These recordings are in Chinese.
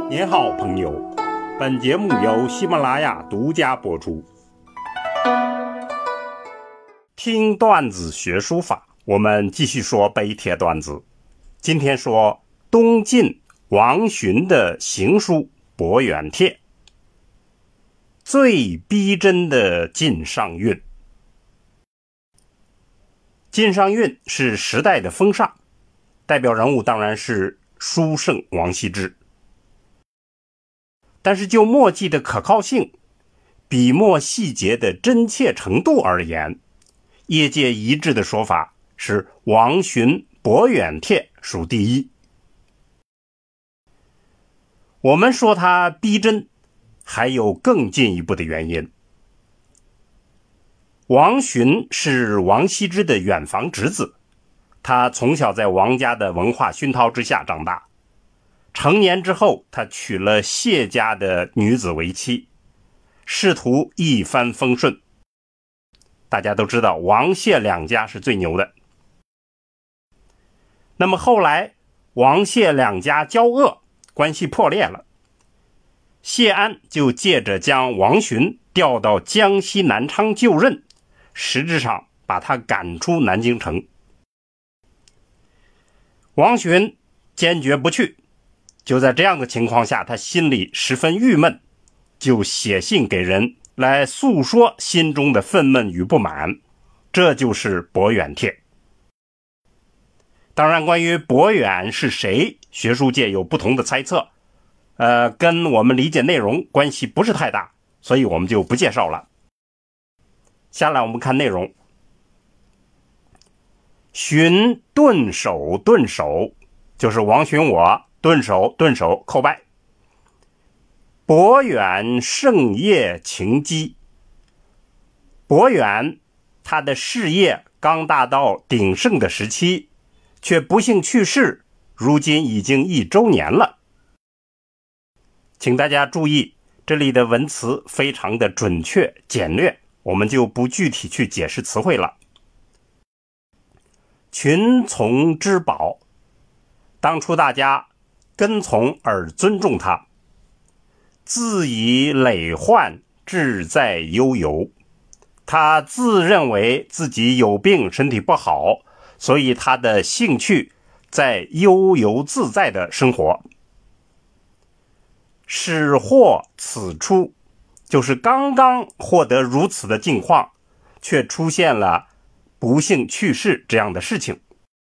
您好，朋友。本节目由喜马拉雅独家播出。听段子学书法，我们继续说碑帖段子。今天说东晋王洵的行书《博远帖》，最逼真的晋上韵。晋上韵是时代的风尚，代表人物当然是书圣王羲之。但是就墨迹的可靠性、笔墨细节的真切程度而言，业界一致的说法是王洵《博远帖》属第一。我们说它逼真，还有更进一步的原因。王洵是王羲之的远房侄子，他从小在王家的文化熏陶之下长大。成年之后，他娶了谢家的女子为妻，仕途一帆风顺。大家都知道王谢两家是最牛的。那么后来王谢两家交恶，关系破裂了，谢安就借着将王洵调到江西南昌就任，实质上把他赶出南京城。王洵坚决不去，就在这样的情况下，他心里十分郁闷，就写信给人来诉说心中的愤懑与不满，这就是《博远帖》。当然，关于博远是谁，学术界有不同的猜测，跟我们理解内容关系不是太大，所以我们就不介绍了。下来我们看内容。洵顿首顿首，就是王洵我顿首顿首叩拜。博远盛业擎鸡，博远他的事业刚达到鼎盛的时期，却不幸去世，如今已经1周年了。请大家注意，这里的文词非常的准确简略，我们就不具体去解释词汇了。群从之宝，当初大家跟从而尊重他，自以累患，志在悠游。他自认为自己有病，身体不好，所以他的兴趣在悠游自在的生活。始获此出，就是刚刚获得如此的境况，却出现了不幸去世这样的事情。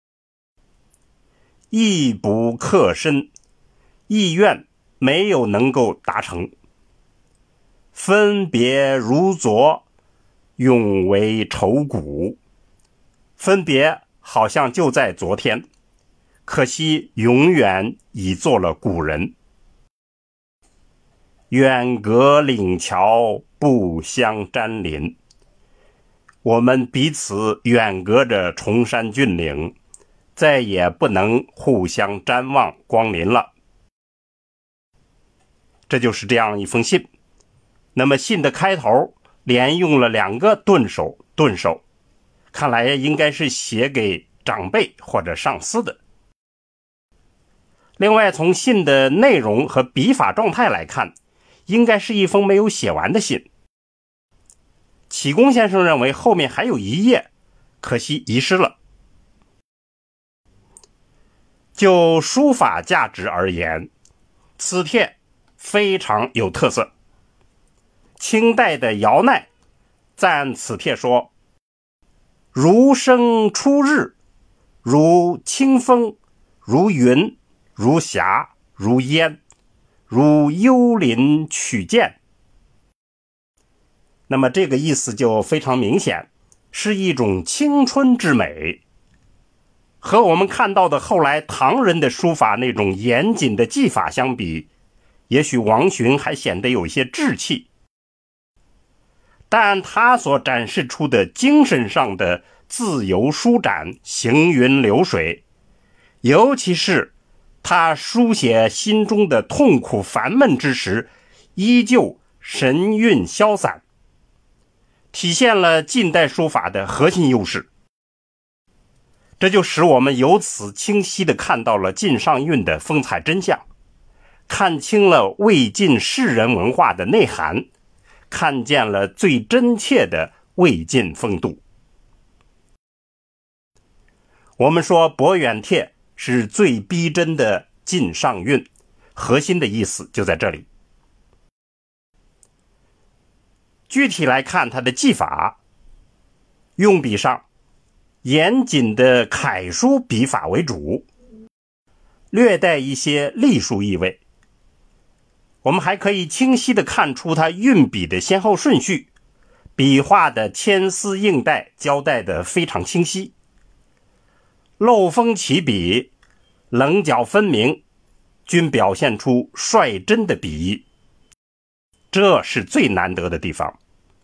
意不克身，意愿没有能够达成。分别如昨，永为愁骨。分别好像就在昨天，可惜永远已做了古人。远隔岭桥，不相沾邻。我们彼此远隔着崇山峻岭，再也不能互相瞻望光临了。这就是这样一封信。那么信的开头连用了2个顿首顿首，看来应该是写给长辈或者上司的。另外，从信的内容和笔法状态来看，应该是一封没有写完的信。启功先生认为后面还有1页，可惜遗失了。就书法价值而言，此帖非常有特色。清代的姚鼐赞此帖说：如生初日，如清风，如云，如霞，如烟，如幽林曲涧。那么这个意思就非常明显，是一种青春之美。和我们看到的后来唐人的书法那种严谨的技法相比，也许王洵还显得有些稚气，但他所展示出的精神上的自由舒展、行云流水，尤其是他书写心中的痛苦烦闷之时，依旧神韵消散，体现了近代书法的核心优势。这就使我们由此清晰地看到了晋上韵的风采真相， 看清了魏晋士人文化的内涵，看见了最真切的魏晋风度。我们说伯远帖是最逼真的晋上韵，核心的意思就在这里。具体来看它的技法，用笔上严谨的楷书笔法为主，略带一些隶书意味。我们还可以清晰地看出它运笔的先后顺序，笔画的牵丝应带交代得非常清晰，漏锋起笔，棱角分明，均表现出率真的笔意，这是最难得的地方。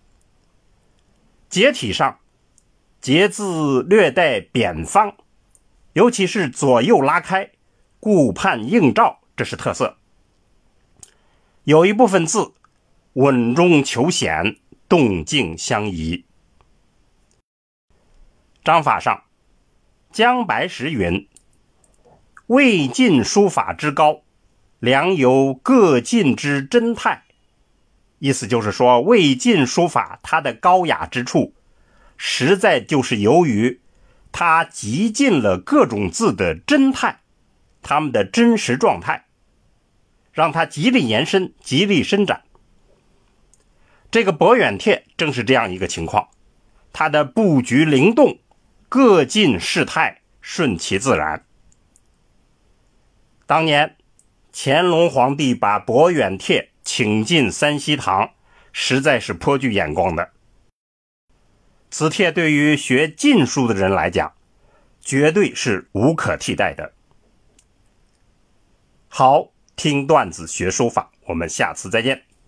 结体上，结字略带扁方，尤其是左右拉开，顾盼映照，这是特色。有一部分字稳中求显，动静相宜。章法上，姜白石云：魏晋书法之高，良由各晋之真态。意思就是说，魏晋书法它的高雅之处，实在就是由于它极尽了各种字的真态，它们的真实状态，让它极力延伸，极力伸展。这个伯远帖正是这样一个情况，它的布局灵动，各尽事态，顺其自然。当年乾隆皇帝把伯远帖请进三希堂，实在是颇具眼光的。此帖对于学晋书的人来讲，绝对是无可替代的。好，听段子学书法，我们下次再见。